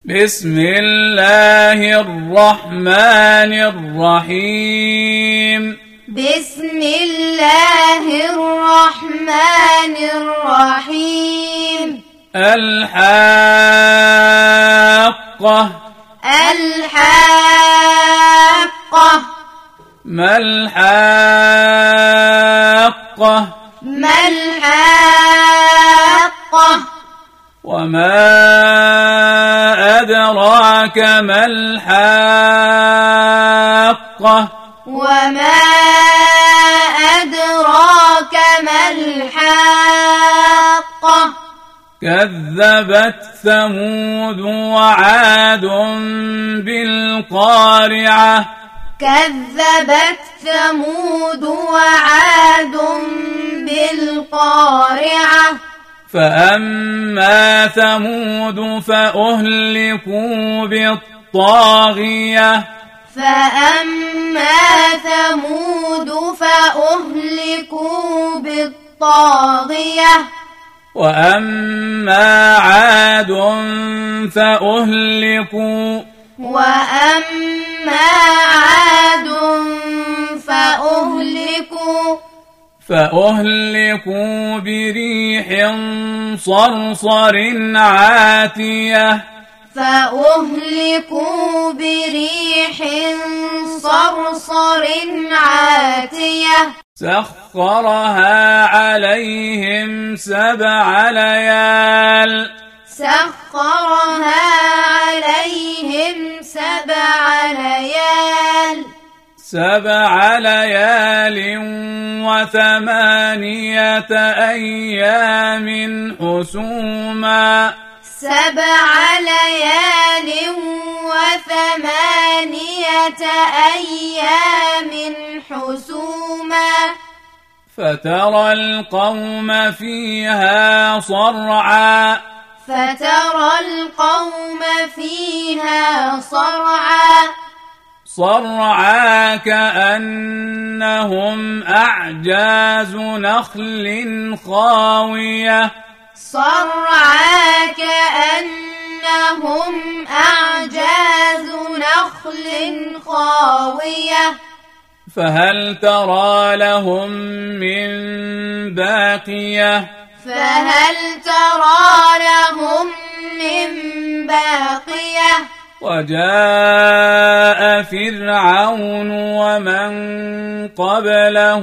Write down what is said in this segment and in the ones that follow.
بسم الله الرحمن الرحيم. بسم الله الرحمن الرحيم. الحاقة. الحاقة. ما الحاقة؟ ما الحاقة؟ وما أدراك ما الحاقة؟ وما أدراك ما الحاقة؟ كذبت ثمود وعاد بالقارعة. كذبت ثمود وعاد بالقارعة. فأما ثمود فأهلكوا بالطاغية. فأما ثمود فأهلكوا بالطاغية. وأما عاد فأهلكوا بريح صرصر عاتية. فأهلكوا بريح صرصر عاتية. سخرها عليهم 7 ليال. سخرها عليهم 7 ليال. 7 ليال و8 أيام حسوما. 7 ليال و8 أيام حسوما. فترى القوم فيها صرعا. فترى القوم فيها صرعا. صرعا كأنهم أعجاز نخل خاوية. صرعا كأنهم أعجاز نخل خاوية. فهل ترى لهم من باقية. فهل ترى لهم من باقية. وجاء فرعون ومن قبله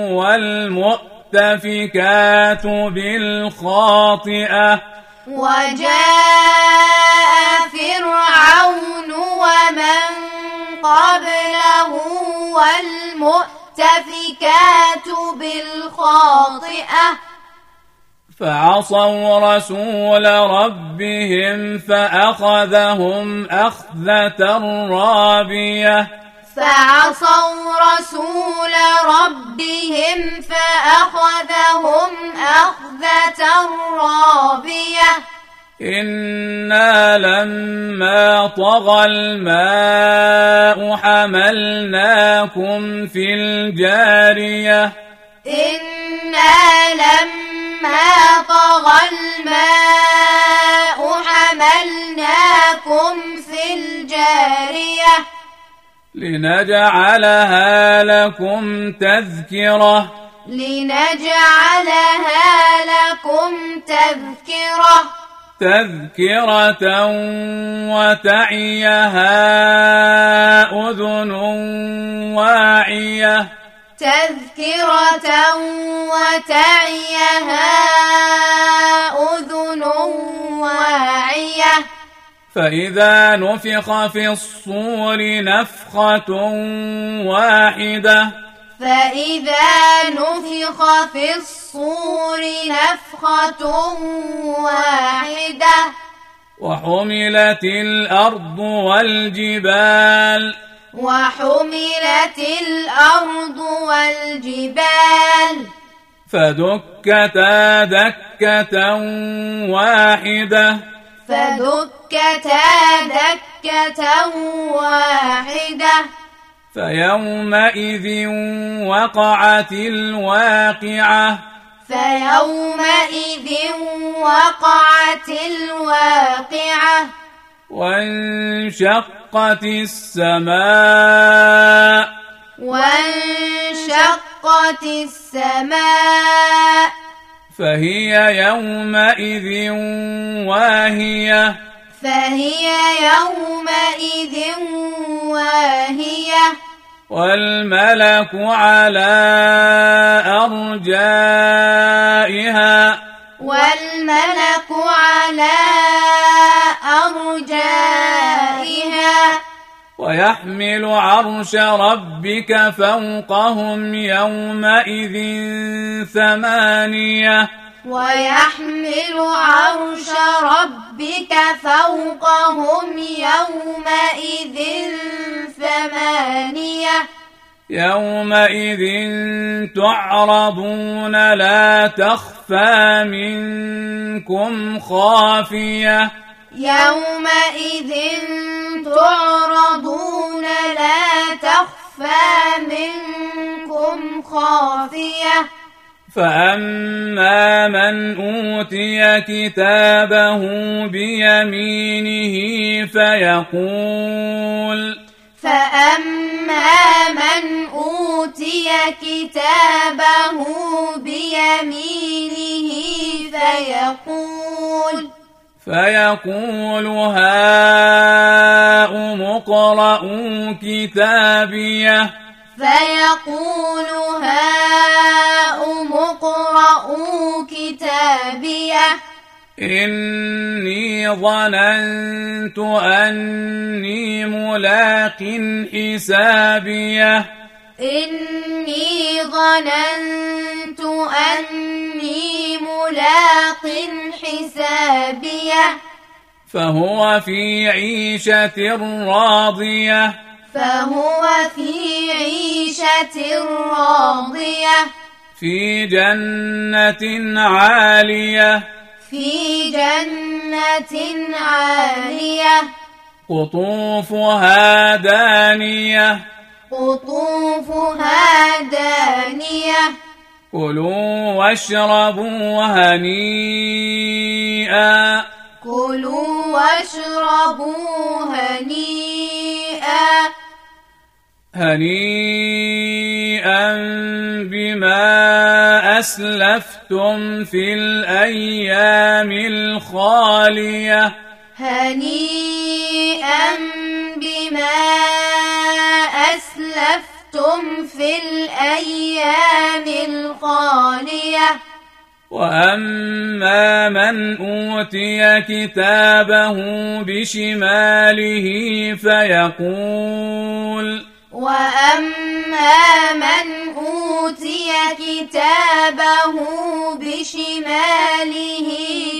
والمؤتفكات بالخاطئة. وجاء فرعون ومن قبله والمؤتفكات بالخاطئة. فعصوا رسول ربهم فأخذهم أخذة رابية. فعصوا رسول ربهم فأخذهم أخذة رابية. إنا لما طغى الماء حملناكم في الجارية. إنا لما طغى الماء حملناكم في الجارية. لنجعلها لكم تذكرة. لنجعلها لكم تذكرة. تذكرة وتعيها أذن واعية. تذكرة وتعيها أذن واعية. فإذا نفخ في الصور نفخة واحدة. فإذا نفخ في الصور نفخة واحدة. وحملت الأرض والجبال. وحملت الأرض والجبال. فدكتا دكة واحدة. فدكتا دكة واحدة. فيومئذ وقعت الواقعة. فيومئذ وقعت الواقعة. وانشقت السماء وانشقت السماء فهي يومئذ واهية فهي يومئذ واهية والملك على أرجائها والملك على أرجائها ويحمل عرش ربك فوقهم يومئذ ثمانية ويحمل عرش ربك فوقهم يومئذ ثمانية يومئذ تعرضون لا تخفى منكم خافية يومئذ تعرضون لا تخفى منكم خافية فأما من أوتي كتابه بيمينه فأما من أوتي كتابه بيمينه فيقول هاؤم اقرءوا كتابيه فيقول هاؤم اقرءوا كتابيه إني ظننت أني ملاق حسابيه إني ظننت أني ملاق حسابيه فهو في عيشة راضية فهو في عيشة راضية في جنة عالية في جنة عالية قطوفها دانية قطوفها دانية كلوا واشربوا هنيئا كلوا واشربوا هنيئا بما أسلفتم في الأيام الخالية هنيئا بما أسلفتم في الأيام الخالية وأما من أوتي كتابه بشماله وأما من أوتي كتابه بشماله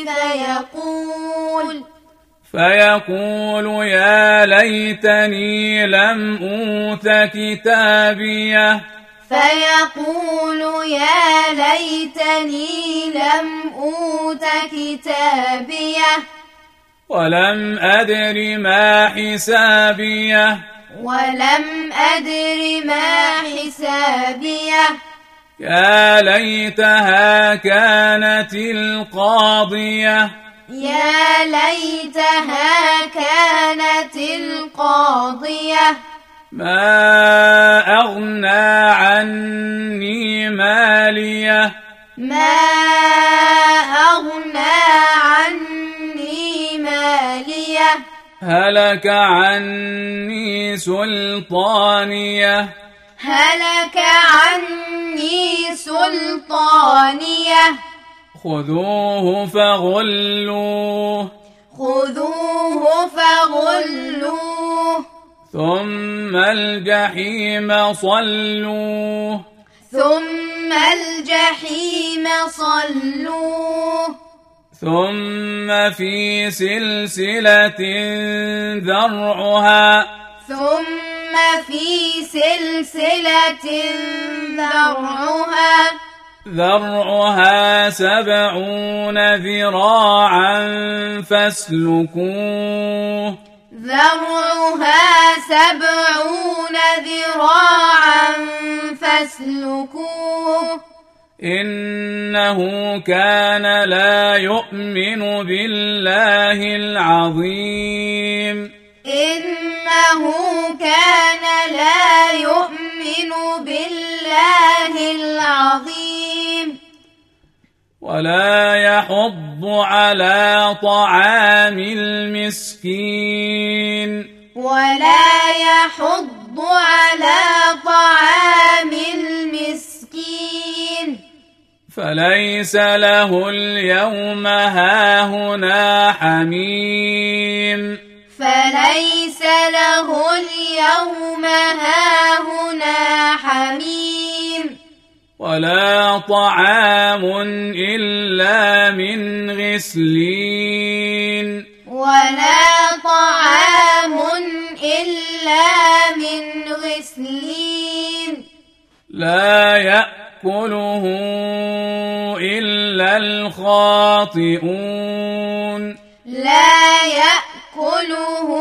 فيقول يا ليتني لم أوت كتابيه فيقول يا ليتني لم أوت كتابيه ولم أدر ما حسابيه ولم أدر ما حسابيه يا ليتها كانت القاضية يا ليتها كانت القاضية ما أغنى عني ماليه ما أغنى عني ماليه هلك عني سلطانيه هلك عني سلطانيه خذوه فغلوه خذوه فغلوه ثم الجحيم صلوه ثم الجحيم صلوه ثم في سلسلة ذرعها 70 ذراعا فاسلكوه ذرعها 70 ذراعا فاسلكوه إنه كان لا يؤمن بالله العظيم إنه كان لا يؤمن بالله العظيم ولا يحض على طعام المسكين ولا يحض على طعام المسكين فليس له اليوم هاهنا حميم فليس له اليوم هاهنا حميم ولا طعام إلا من غسلين ولا طعام إلا من غسلين لا يأكله إلا الخاطئون لا يأكله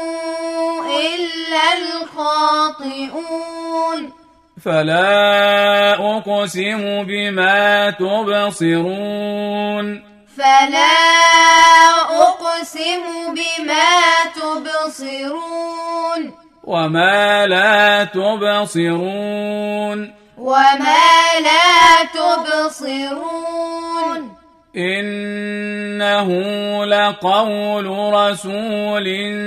إلا الخاطئون فلا أقسم بما تبصرون فلا أقسم بما تبصرون وما لا تبصرون وما لا تبصرون إنه لقول رسول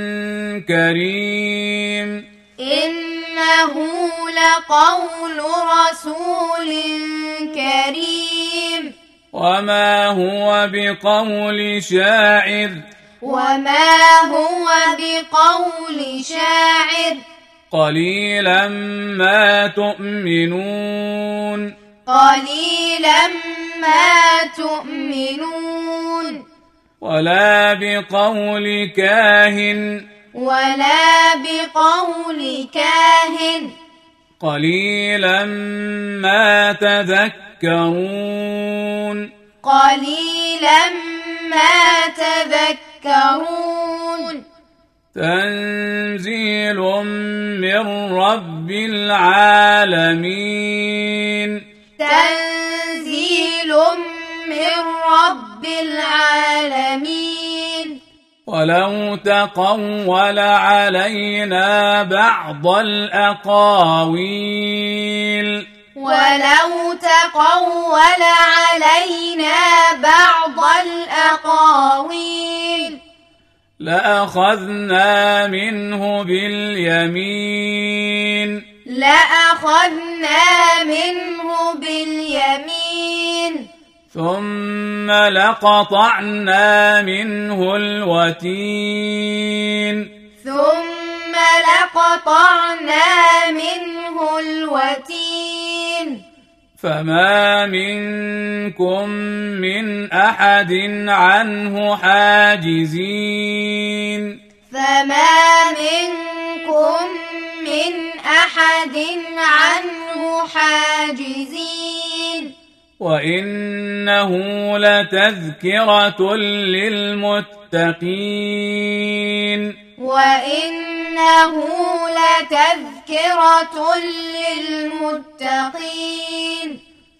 كريم إنه لقول رسول كريم وما هو بقول شاعر وما هو بقول شاعر قليلا ما تؤمنون قليلا ما تؤمنون ولا بقول كاهن ولا بقول كاهن قليلا ما تذكرون قليلا ما تذكرون تنزيل من رب العالمين تنزيل من رب العالمين ولو تقول علينا بعض الأقاويل ولو تقول علينا بعض الأقاويل لأخذنا منه باليمين لأخذنا منه باليمين ثم لقطعنا منه الوتين ثم لقطعنا منه الوتين فما منكم من أحد عنه حاجزين فما منكم من أحد عنه حاجزين وإنه لتذكرة للمتقين وإنه لتذكرة للمتقين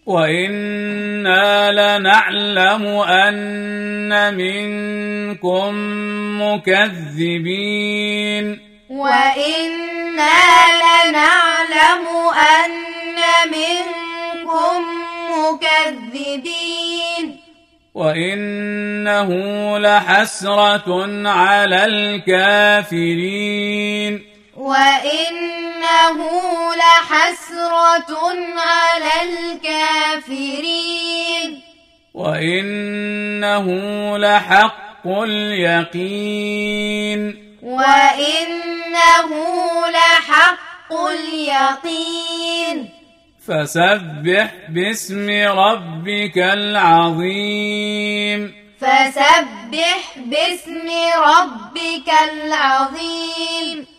وإنا لنعلم أن منكم مكذبين وإنا لنعلم أن منكم مكذبين وإنه لحسرة على الكافرين وإنه لحسرة على الكافرين وإنه لحق اليقين وإنه لحق اليقين فسبح باسم ربك العظيم فسبح باسم ربك العظيم